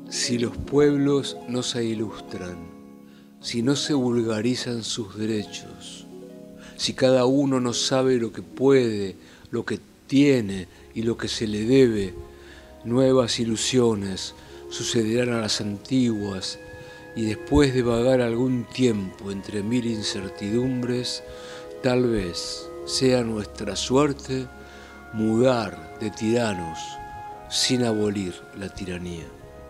Si los pueblos no se ilustran, si no se vulgarizan sus derechos, si cada uno no sabe lo que puede, lo que tiene y lo que se le debe, nuevas ilusiones sucederán a las antiguas y después de vagar algún tiempo entre mil incertidumbres, tal vez sea nuestra suerte mudar de tiranos sin abolir la tiranía.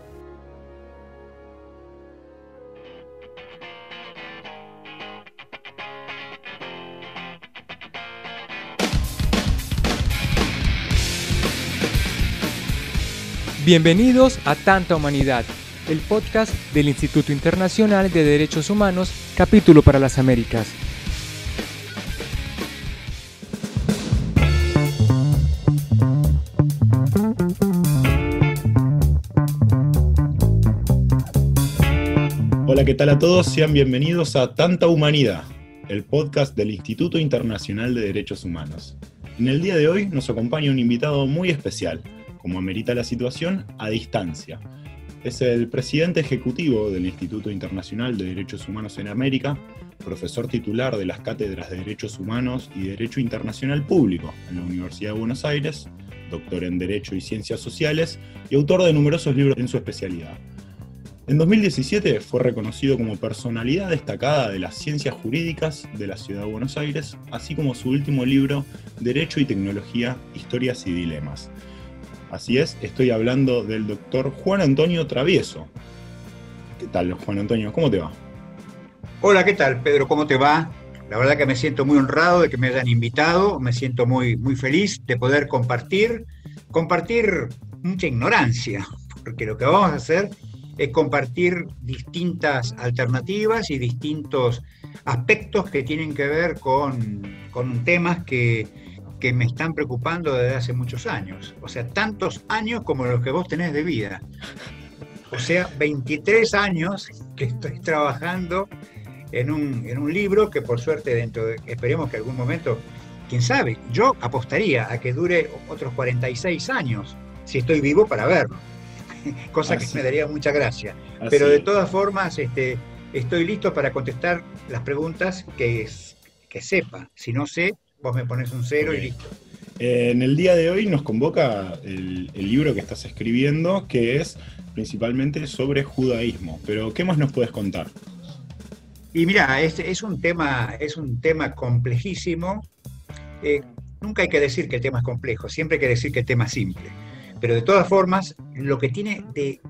Bienvenidos a Tanta Humanidad, el podcast del Instituto Internacional de Derechos Humanos, capítulo para las Américas. Hola, ¿qué tal a todos? Sean bienvenidos a Tanta Humanidad, el podcast del Instituto Internacional de Derechos Humanos. En el día de hoy nos acompaña un invitado muy especial, como amerita la situación, a distancia. Es el presidente ejecutivo del Instituto Internacional de Derechos Humanos en América, profesor titular de las cátedras de Derechos Humanos y Derecho Internacional Público en la Universidad de Buenos Aires, doctor en Derecho y Ciencias Sociales y autor de numerosos libros en su especialidad. En 2017 fue reconocido como personalidad destacada de las ciencias jurídicas de la Ciudad de Buenos Aires, así como su último libro, Derecho y Tecnología, Historias y Dilemas. Así es, estoy hablando del doctor Juan Antonio Travieso. ¿Qué tal, Juan Antonio? ¿Cómo te va? Hola, ¿qué tal, Pedro? ¿Cómo te va? La verdad que me siento muy honrado de que me hayan invitado, me siento muy feliz de poder compartir mucha ignorancia, porque lo que vamos a hacer es compartir distintas alternativas y distintos aspectos que tienen que ver con temas que me están preocupando desde hace muchos años. O sea, tantos años como los que vos tenés de vida. O sea, 23 años que estoy trabajando en un libro que por suerte esperemos que algún momento, quién sabe, yo apostaría a que dure otros 46 años, si estoy vivo para verlo. Cosa que me daría mucha gracia. Pero de todas formas, estoy listo para contestar las preguntas que sepa. Si no sé, vos me pones un 0 y listo. En el día de hoy nos convoca el libro que estás escribiendo, que es principalmente sobre judaísmo. Pero, ¿qué más nos puedes contar? Y mira, es un tema complejísimo. Nunca hay que decir que el tema es complejo, siempre hay que decir que el tema es simple. Pero de todas formas, lo que tiene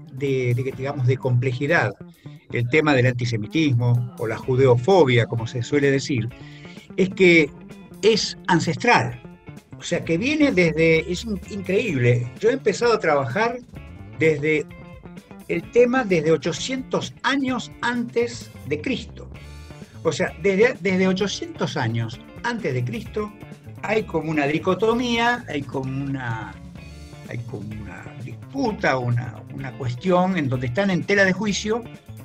de complejidad el tema del antisemitismo o la judeofobia, como se suele decir, es que es ancestral. O sea, que viene es increíble. Yo he empezado a trabajar desde 800 años antes de Cristo. O sea, desde 800 años antes de Cristo hay como una dicotomía, hay como una disputa, una cuestión en donde están en tela de juicio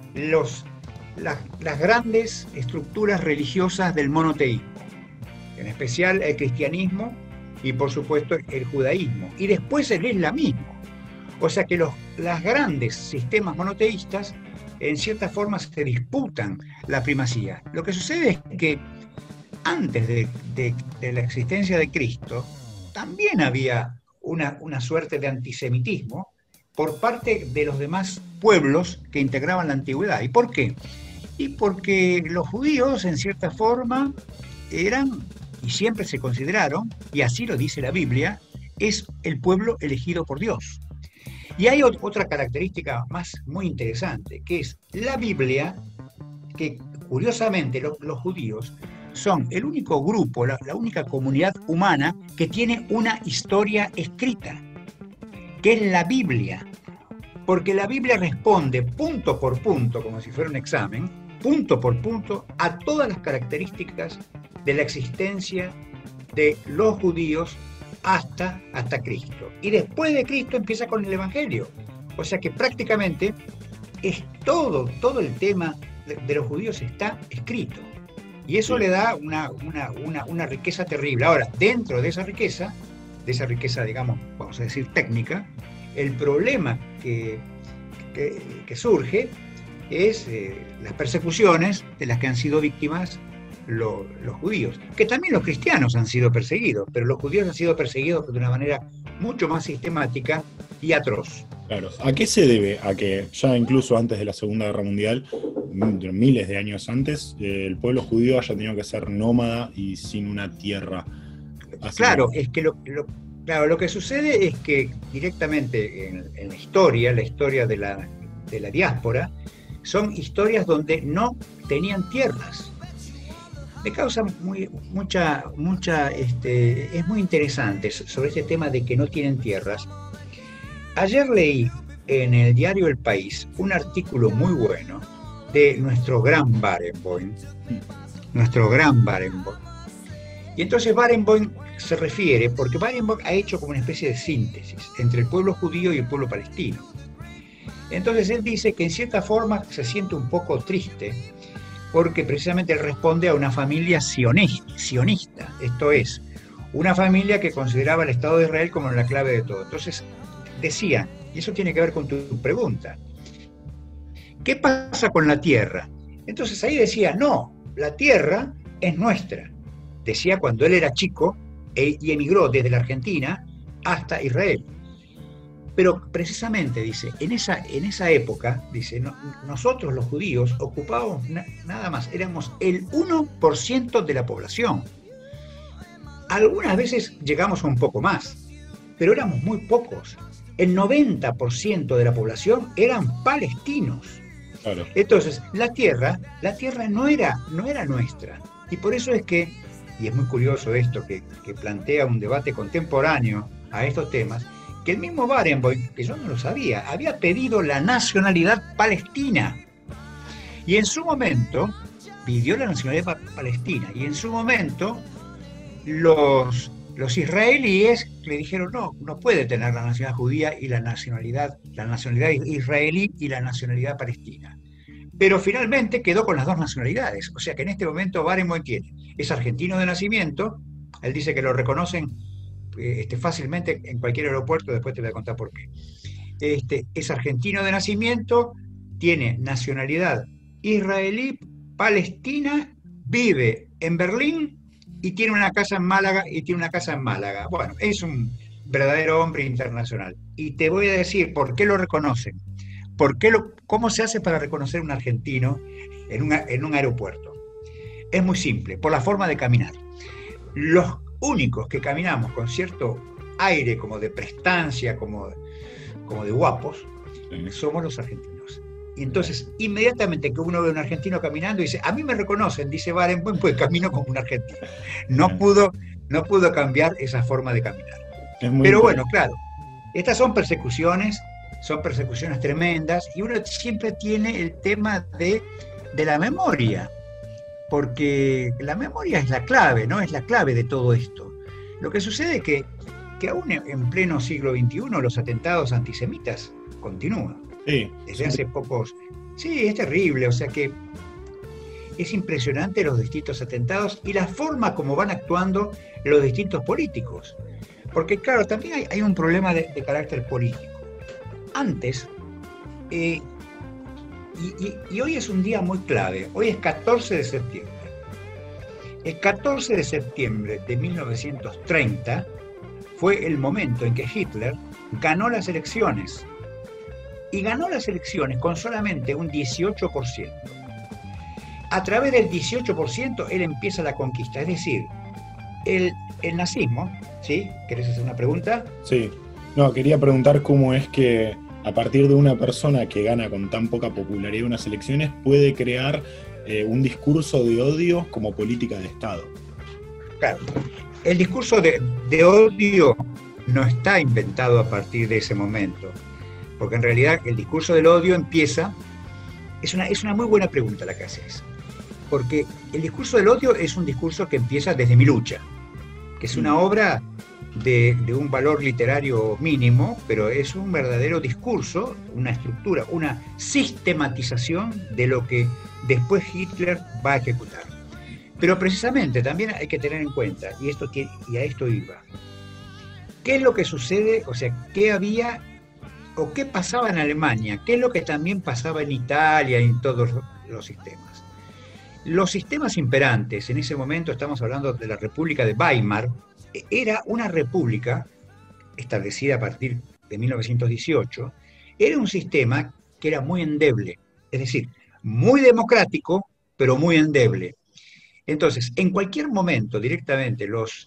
las grandes estructuras religiosas del monoteísmo, en especial el cristianismo y por supuesto el judaísmo, y después el islamismo. O sea que los grandes sistemas monoteístas en cierta forma se disputan la primacía. Lo que sucede es que antes de la existencia de Cristo también había una suerte de antisemitismo por parte de los demás pueblos que integraban la antigüedad. ¿Y por qué? Y porque los judíos, en cierta forma, eran, y siempre se consideraron, y así lo dice la Biblia, es el pueblo elegido por Dios. Y hay otra característica más muy interesante, que es la Biblia, que curiosamente los judíos son el único grupo, la única comunidad humana que tiene una historia escrita, que es la Biblia. Porque la Biblia responde punto por punto, como si fuera un examen, punto por punto, a todas las características de la existencia de los judíos hasta Cristo. Y después de Cristo empieza con el Evangelio. O sea que prácticamente es todo el tema de los judíos está escrito. Y eso le da una riqueza terrible. Ahora, dentro de esa riqueza, digamos, vamos a decir técnica, el problema que que surge es las persecuciones de las que han sido víctimas los judíos, que también los cristianos han sido perseguidos, pero los judíos han sido perseguidos de una manera mucho más sistemática y atroz. Claro. ¿A qué se debe? A que ya incluso antes de la Segunda Guerra Mundial, miles de años antes, el pueblo judío haya tenido que ser nómada y sin una tierra. Claro, es que lo que sucede es que directamente en la historia de la diáspora, son historias donde no tenían tierras. Me causa es muy interesante sobre este tema de que no tienen tierras. Ayer leí en el diario El País un artículo muy bueno de nuestro gran Barenboim. Y entonces Barenboim se refiere, porque Barenboim ha hecho como una especie de síntesis entre el pueblo judío y el pueblo palestino. Entonces él dice que en cierta forma se siente un poco triste porque precisamente él responde a una familia sionista, esto es, una familia que consideraba el Estado de Israel como la clave de todo. Entonces decía, y eso tiene que ver con tu pregunta, ¿qué pasa con la tierra? Entonces ahí decía, no, la tierra es nuestra. Decía cuando él era chico y emigró desde la Argentina hasta Israel. Pero precisamente, dice, en esa época, dice, nosotros los judíos ocupábamos nada más, éramos el 1% de la población. Algunas veces llegamos a un poco más, pero éramos muy pocos. El 90% de la población eran palestinos. Claro. Entonces, la tierra no era nuestra. Y por eso es que, y es muy curioso esto, que plantea un debate contemporáneo a estos temas, que el mismo Barenboim, que yo no lo sabía, había pedido la nacionalidad palestina. Y en su momento, pidió la nacionalidad palestina. Y en su momento, los israelíes le dijeron, no puede tener la nacionalidad judía y la nacionalidad israelí y la nacionalidad palestina. Pero finalmente quedó con las dos nacionalidades. O sea que en este momento Barenboim es argentino de nacimiento. Él dice que lo reconocen fácilmente en cualquier aeropuerto, después te voy a contar por qué. Es argentino de nacimiento, tiene nacionalidad israelí, palestina, vive en Berlín y tiene una casa en Málaga Bueno, es un verdadero hombre internacional. Y te voy a decir por qué lo reconocen. ¿Cómo se hace para reconocer un argentino en un aeropuerto? Es muy simple, por la forma de caminar. Los únicos que caminamos con cierto aire como de prestancia, como de guapos, somos los argentinos. Y entonces, inmediatamente que uno ve a un argentino caminando y dice, a mí me reconocen, dice Barenboim, pues camino como un argentino. No pudo cambiar esa forma de caminar. Pero bueno, claro, estas son persecuciones tremendas, y uno siempre tiene el tema de la memoria. Porque la memoria es la clave, ¿no? Es la clave de todo esto. Lo que sucede es que aún en pleno siglo XXI los atentados antisemitas continúan. Sí. Desde hace pocos... Sí, es terrible, o sea que es impresionante los distintos atentados y la forma como van actuando los distintos políticos. Porque claro, también hay un problema de carácter político. Antes... Y hoy es un día muy clave, hoy es 14 de septiembre. El 14 de septiembre de 1930 fue el momento en que Hitler ganó las elecciones. Y ganó las elecciones con solamente un 18%. A través del 18% él empieza la conquista, es decir, el nazismo, ¿sí? ¿Querés hacer una pregunta? Sí, no, quería preguntar cómo es que a partir de una persona que gana con tan poca popularidad unas elecciones, puede crear un discurso de odio como política de Estado. Claro, el discurso de odio no está inventado a partir de ese momento, porque en realidad el discurso del odio empieza, es una muy buena pregunta la que haces, porque el discurso del odio es un discurso que empieza desde Mi lucha, que es una obra de un valor literario mínimo, pero es un verdadero discurso, una estructura, una sistematización de lo que después Hitler va a ejecutar. Pero precisamente también hay que tener en cuenta, y a esto iba, ¿qué es lo que sucede? O sea, ¿qué había o qué pasaba en Alemania, qué es lo que también pasaba en Italia y en todos los sistemas. Los sistemas imperantes, en ese momento estamos hablando de la República de Weimar, era una república establecida a partir de 1918, era un sistema que era muy endeble, es decir, muy democrático, pero muy endeble. Entonces, en cualquier momento, directamente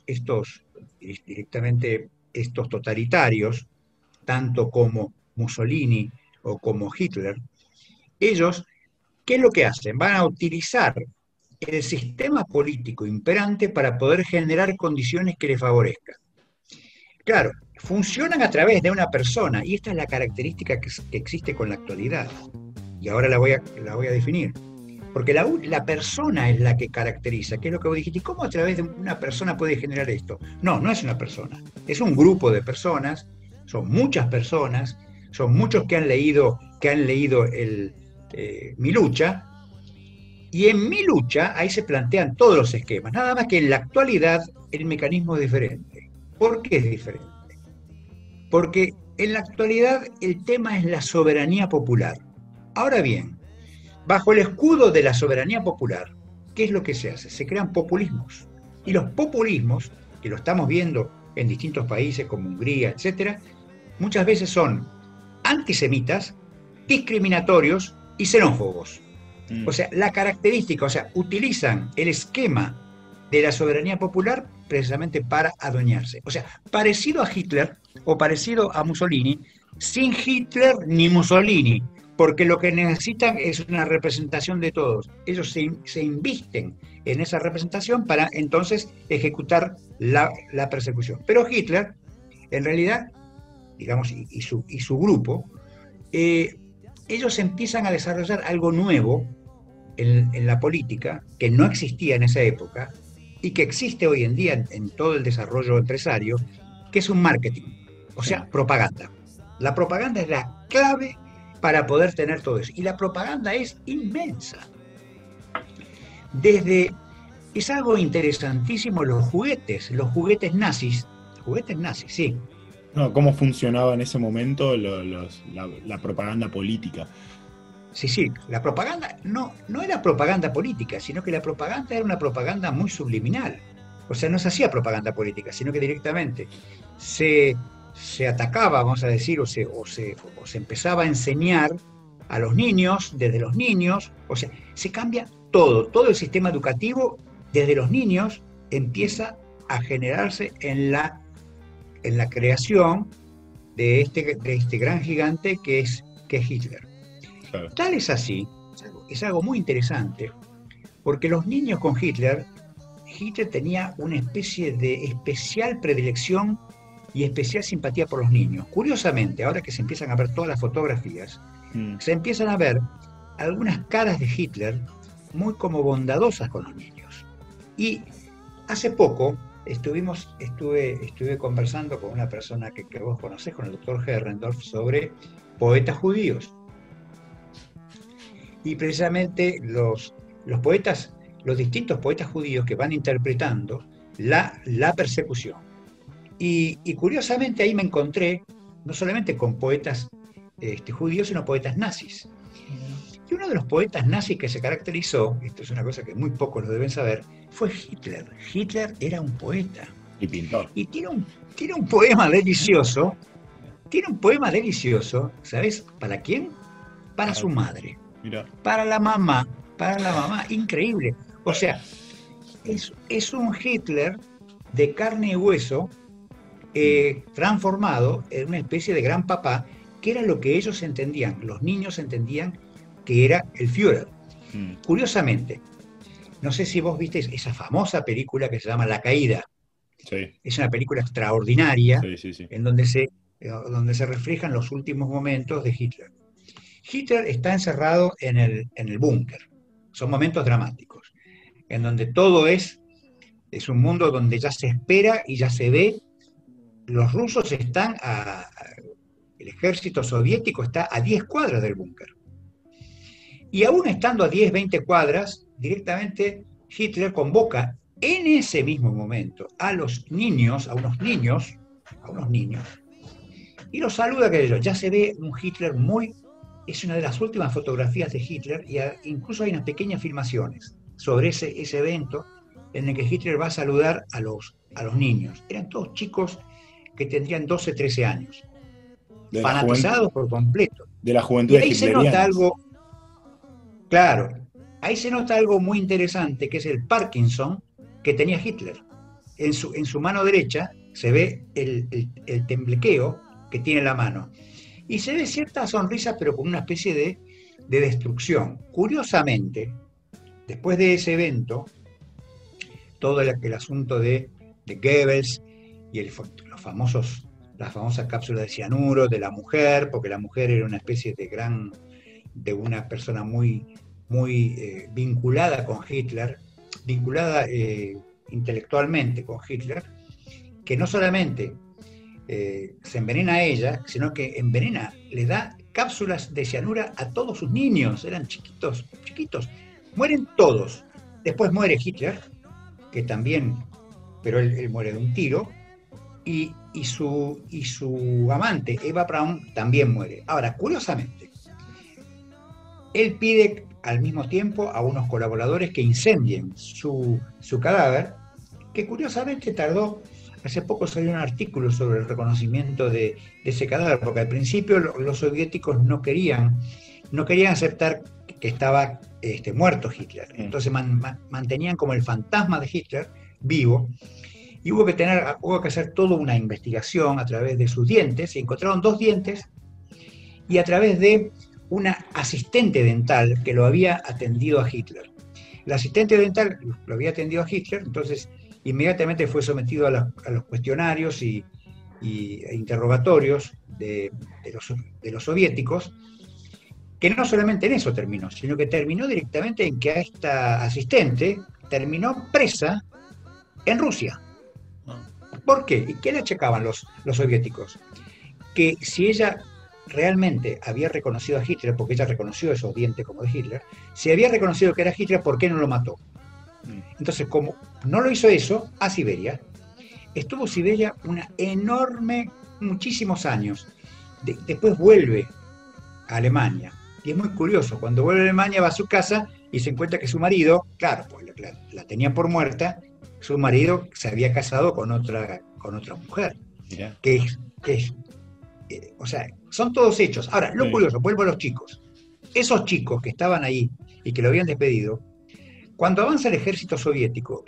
estos totalitarios, tanto como Mussolini o como Hitler, ellos, ¿qué es lo que hacen? Van a utilizar el sistema político imperante para poder generar condiciones que les favorezcan. Claro, funcionan a través de una persona, y esta es la característica que existe con la actualidad. Y ahora la voy a definir. Porque la persona es la que caracteriza, que es lo que vos dijiste. ¿Y cómo a través de una persona puede generar esto? No, no es una persona. Es un grupo de personas, son muchas personas, son muchos que han leído Mi Lucha, y en Mi Lucha ahí se plantean todos los esquemas. Nada más que en la actualidad el mecanismo es diferente. ¿Por qué es diferente? Porque en la actualidad el tema es la soberanía popular. Ahora bien, bajo el escudo de la soberanía popular, ¿qué es lo que se hace? Se crean populismos. Y los populismos, que lo estamos viendo en distintos países como Hungría, etc., muchas veces son antisemitas, discriminatorios y xenófobos. O sea, la característica, utilizan el esquema de la soberanía popular precisamente para adueñarse. O sea, parecido a Hitler o parecido a Mussolini, sin Hitler ni Mussolini, porque lo que necesitan es una representación de todos. Ellos se invisten en esa representación para entonces ejecutar la persecución. Pero Hitler, en realidad, digamos, y su grupo, ellos empiezan a desarrollar algo nuevo en la política, que no existía en esa época, y que existe hoy en día en todo el desarrollo empresario, que es un marketing, o sea, propaganda. La propaganda es la clave para poder tener todo eso. Y la propaganda es inmensa. Es algo interesantísimo los juguetes nazis, sí. No, ¿cómo funcionaba en ese momento la propaganda política? Sí, la propaganda no era propaganda política, sino que la propaganda era una propaganda muy subliminal. O sea, no se hacía propaganda política, sino que directamente se atacaba, vamos a decir, o se empezaba a enseñar a los niños, desde los niños, o sea, se cambia todo el sistema educativo, desde los niños empieza a generarse en la creación de este gran gigante que es Hitler. Claro. Tal es así, es algo muy interesante, porque los niños con Hitler tenía una especie de especial predilección y especial simpatía por los niños. Curiosamente, ahora que se empiezan a ver todas las fotografías, se empiezan a ver algunas caras de Hitler muy como bondadosas con los niños. Y hace poco estuve conversando con una persona que vos conocés, con el doctor Herrendorf, sobre poetas judíos. Y precisamente los poetas, los distintos poetas judíos que van interpretando la persecución. Y curiosamente ahí me encontré no solamente con poetas judíos, sino poetas nazis. Y uno de los poetas nazis que se caracterizó, esto es una cosa que muy pocos lo deben saber, fue Hitler. Hitler era un poeta. Y pintor. Y tiene un poema delicioso. ¿Sabes para quién? Para su madre. Mira. Para la mamá, increíble. O sea, es un Hitler de carne y hueso, transformado en una especie de gran papá, que era lo que ellos entendían, los niños entendían que era el Führer. Curiosamente, no sé si vos viste esa famosa película que se llama La Caída. Sí. Es una película extraordinaria, sí. En donde se reflejan los últimos momentos de Hitler. Hitler está encerrado en el búnker. Son momentos dramáticos, en donde todo es un mundo donde ya se espera y ya se ve. Los rusos están el ejército soviético está a 10 cuadras del búnker. Y aún estando a 10, 20 cuadras, directamente Hitler convoca en ese mismo momento a unos niños, y lo saluda, qué sé yo. Ya se ve un Hitler es una de las últimas fotografías de Hitler, y incluso hay unas pequeñas filmaciones sobre ese evento en el que Hitler va a saludar a los niños. Eran todos chicos que tendrían 12, 13 años, fanatizados por completo. De la juventud y ahí hitleriana. Se nota algo, claro, ahí se nota algo muy interesante, que es el Parkinson que tenía Hitler. En su mano derecha se ve el temblequeo que tiene la mano. Y se ve cierta sonrisa, pero con una especie de destrucción. Curiosamente, después de ese evento, todo el asunto de Goebbels y las famosas cápsulas de cianuro de la mujer, porque la mujer era una especie de una persona muy vinculada con Hitler, vinculada intelectualmente con Hitler, que no solamente se envenena a ella, sino que le da cápsulas de cianura a todos sus niños. Eran chiquitos, mueren todos. Después muere Hitler, que también, pero él muere de un tiro, y su amante, Eva Braun, también muere. Ahora, curiosamente, él pide al mismo tiempo a unos colaboradores que incendien su cadáver, que curiosamente tardó. Hace poco salió un artículo sobre el reconocimiento de ese cadáver, porque al principio los soviéticos no querían aceptar que estaba muerto Hitler. Entonces mantenían como el fantasma de Hitler vivo, y hubo que hacer toda una investigación a través de sus dientes. Se encontraron 2 dientes, y a través de una asistente dental que lo había atendido a Hitler. La asistente dental lo había atendido a Hitler, entonces inmediatamente fue sometido a los cuestionarios e interrogatorios de los soviéticos, que no solamente en eso terminó, sino que terminó directamente en que a esta asistente terminó presa en Rusia. ¿Por qué? ¿Y qué le achacaban los soviéticos? Que si ella realmente había reconocido a Hitler, porque ella reconoció esos dientes como de Hitler, si había reconocido que era Hitler, ¿por qué no lo mató? Entonces, como no lo hizo eso, a Siberia. Estuvo Siberia muchísimos años. Después vuelve a Alemania. Y es muy curioso, cuando vuelve a Alemania va a su casa y se encuentra que su marido, claro, pues la tenían por muerta, su marido se había casado con otra mujer. Mirá. O sea, son todos hechos. Ahora, lo curioso, vuelvo a los chicos. Esos chicos que estaban ahí y que lo habían despedido, cuando avanza el ejército soviético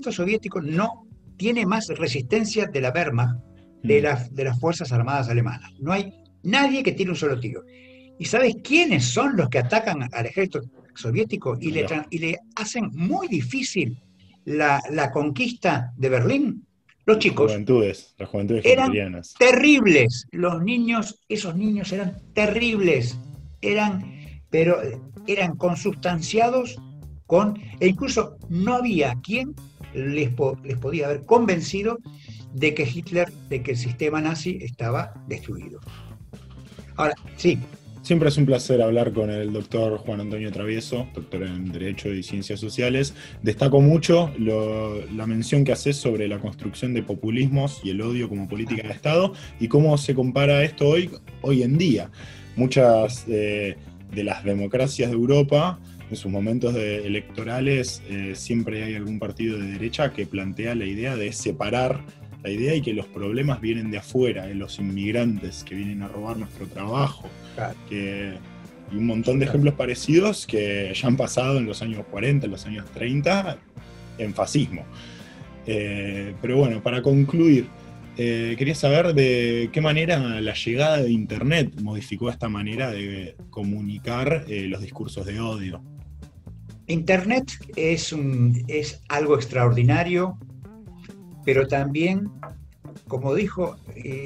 no tiene más resistencia de la Wehrmacht, de las Fuerzas Armadas Alemanas. No hay nadie que tire un solo tiro. ¿Y sabes quiénes son los que atacan al ejército soviético y le hacen muy difícil la conquista de Berlín? Los chicos. Las juventudes eran hitlerianas. Terribles. Esos niños eran terribles. Pero eran consustanciados e incluso no había quien les podía haber convencido de que el sistema nazi estaba destruido. Ahora, sí. Siempre es un placer hablar con el doctor Juan Antonio Travieso, doctor en Derecho y Ciencias Sociales. Destaco mucho la mención que haces sobre la construcción de populismos y el odio como política de Estado y cómo se compara esto hoy en día. Muchas de las democracias de Europa, en sus momentos electorales, siempre hay algún partido de derecha que plantea la idea de separar la idea y que los problemas vienen de afuera, de los inmigrantes que vienen a robar nuestro trabajo. Y un montón de ejemplos parecidos que ya han pasado en los años 40, en los años 30, en fascismo. Pero bueno, para concluir, quería saber de qué manera la llegada de Internet modificó esta manera de comunicar los discursos de odio. Internet es algo extraordinario, pero también, como dijo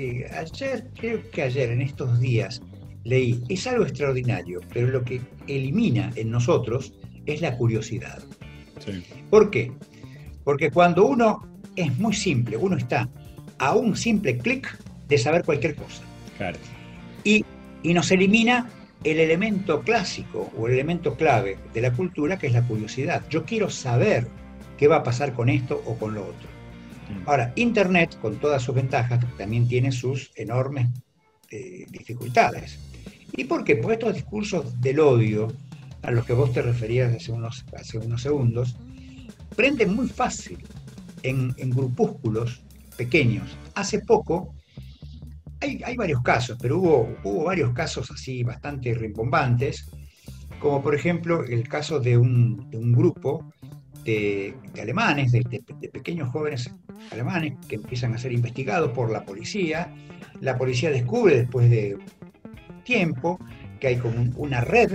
creo que ayer, en estos días, leí, es algo extraordinario, pero lo que elimina en nosotros es la curiosidad. Sí. ¿Por qué? Porque cuando uno es muy simple, uno está a un simple clic de saber cualquier cosa. Claro. Y nos elimina el elemento clásico o el elemento clave de la cultura, que es la curiosidad. Yo quiero saber qué va a pasar con esto o con lo otro. Ahora, Internet, con todas sus ventajas, también tiene sus enormes dificultades. ¿Y por qué? Porque estos discursos del odio, a los que vos te referías hace unos segundos, prenden muy fácil en grupúsculos pequeños. Hace poco, hay varios casos, pero hubo varios casos así bastante rimbombantes, como por ejemplo el caso de un grupo de alemanes, de pequeños jóvenes alemanes que empiezan a ser investigados por la policía. La policía descubre después de tiempo que hay como una red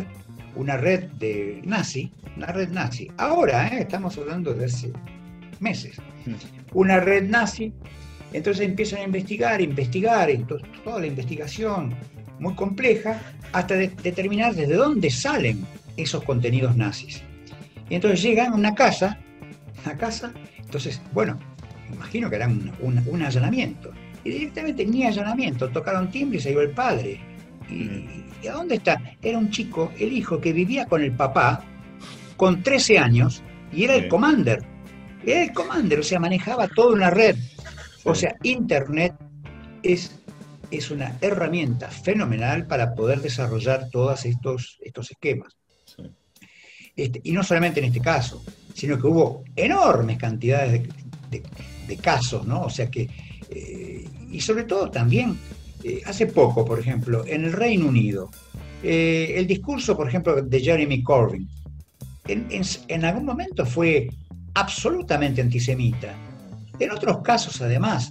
nazi. Ahora, estamos hablando de hace meses. Una red nazi. Entonces empiezan a investigar, toda la investigación muy compleja, hasta determinar desde dónde salen esos contenidos nazis. Y entonces llegan a una casa, entonces, bueno, imagino que era un allanamiento. Y directamente ni allanamiento, tocaron timbre y se iba el padre. ¿Y a dónde está? Era un chico, el hijo, que vivía con el papá, con 13 años, y era el commander. Era el commander, o sea, manejaba toda una red. O sea, Internet es una herramienta fenomenal para poder desarrollar todos estos esquemas. Sí. Y no solamente en este caso, sino que hubo enormes cantidades de casos, ¿no? O sea que, y sobre todo también, hace poco, por ejemplo, en el Reino Unido, el discurso, por ejemplo, de Jeremy Corbyn, en algún momento fue absolutamente antisemita. En otros casos, además,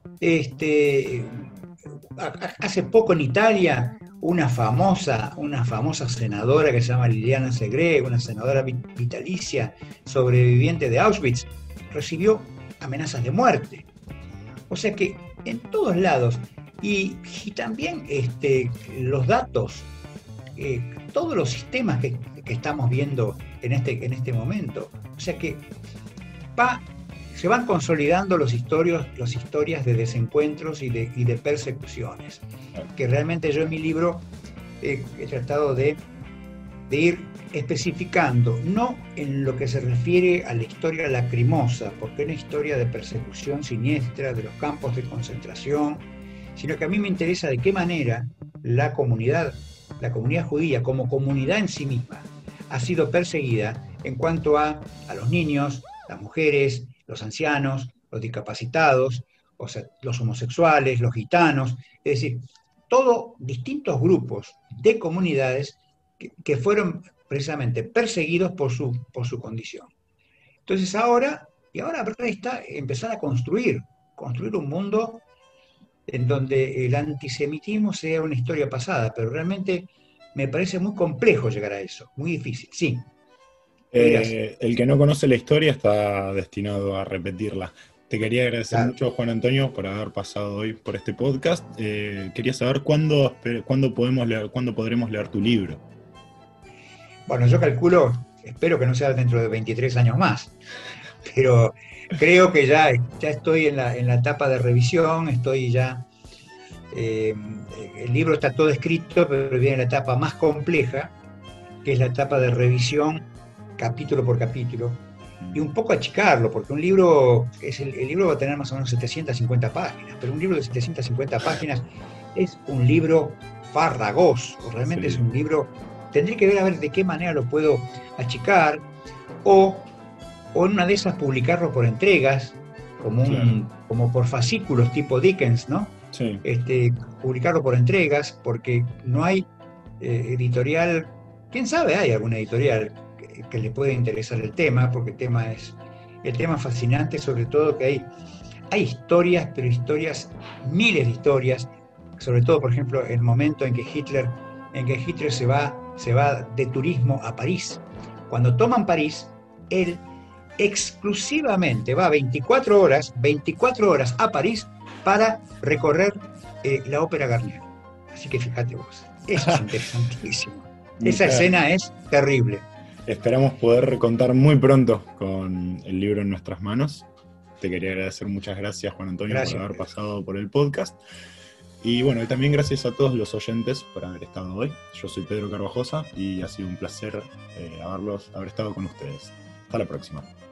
hace poco en Italia, una famosa senadora que se llama Liliana Segre, una senadora vitalicia, sobreviviente de Auschwitz, recibió amenazas de muerte. O sea que en todos lados, y también los datos, todos los sistemas que estamos viendo en este momento, o sea que se van consolidando las historias de desencuentros y de persecuciones, que realmente yo en mi libro he tratado de ir especificando, no en lo que se refiere a la historia lacrimosa, porque es una historia de persecución siniestra, de los campos de concentración, sino que a mí me interesa de qué manera la comunidad judía como comunidad en sí misma ha sido perseguida en cuanto a los niños, las mujeres, los ancianos, los discapacitados, o sea, los homosexuales, los gitanos, es decir, todos distintos grupos de comunidades que fueron precisamente perseguidos por su condición. Entonces ahora resta empezar a construir un mundo en donde el antisemitismo sea una historia pasada, pero realmente me parece muy complejo llegar a eso, muy difícil, sí. El que no conoce la historia está destinado a repetirla. Te quería agradecer mucho, Juan Antonio, por haber pasado hoy por este podcast. Quería saber cuándo podremos leer tu libro. Bueno, yo espero que no sea dentro de 23 años más, pero creo que ya estoy en la etapa de revisión, el libro está todo escrito, pero viene la etapa más compleja, que es la etapa de revisión capítulo por capítulo, y un poco achicarlo, porque un libro, el libro va a tener más o menos 750 páginas, pero un libro de 750 páginas es un libro farragoso, realmente sí. Es un libro, tendré que ver a ver de qué manera lo puedo achicar, o en una de esas publicarlo por entregas, como por fascículos tipo Dickens, ¿no? Sí. Publicarlo por entregas, porque no hay editorial, quién sabe, hay alguna editorial que le puede interesar el tema, porque el tema es fascinante, sobre todo que hay historias, pero miles de historias, sobre todo, por ejemplo, el momento en que Hitler se va de turismo a París. Cuando toman París, él exclusivamente va 24 horas a París para recorrer la Ópera Garnier. Así que fíjate vos, eso es interesantísimo. Esa escena es terrible. Esperamos poder contar muy pronto con el libro en nuestras manos. Te quería agradecer, muchas gracias, Juan Antonio, por haber pasado por el podcast. Y bueno, y también gracias a todos los oyentes por haber estado hoy. Yo soy Pedro Carvajosa y ha sido un placer haber estado con ustedes. Hasta la próxima.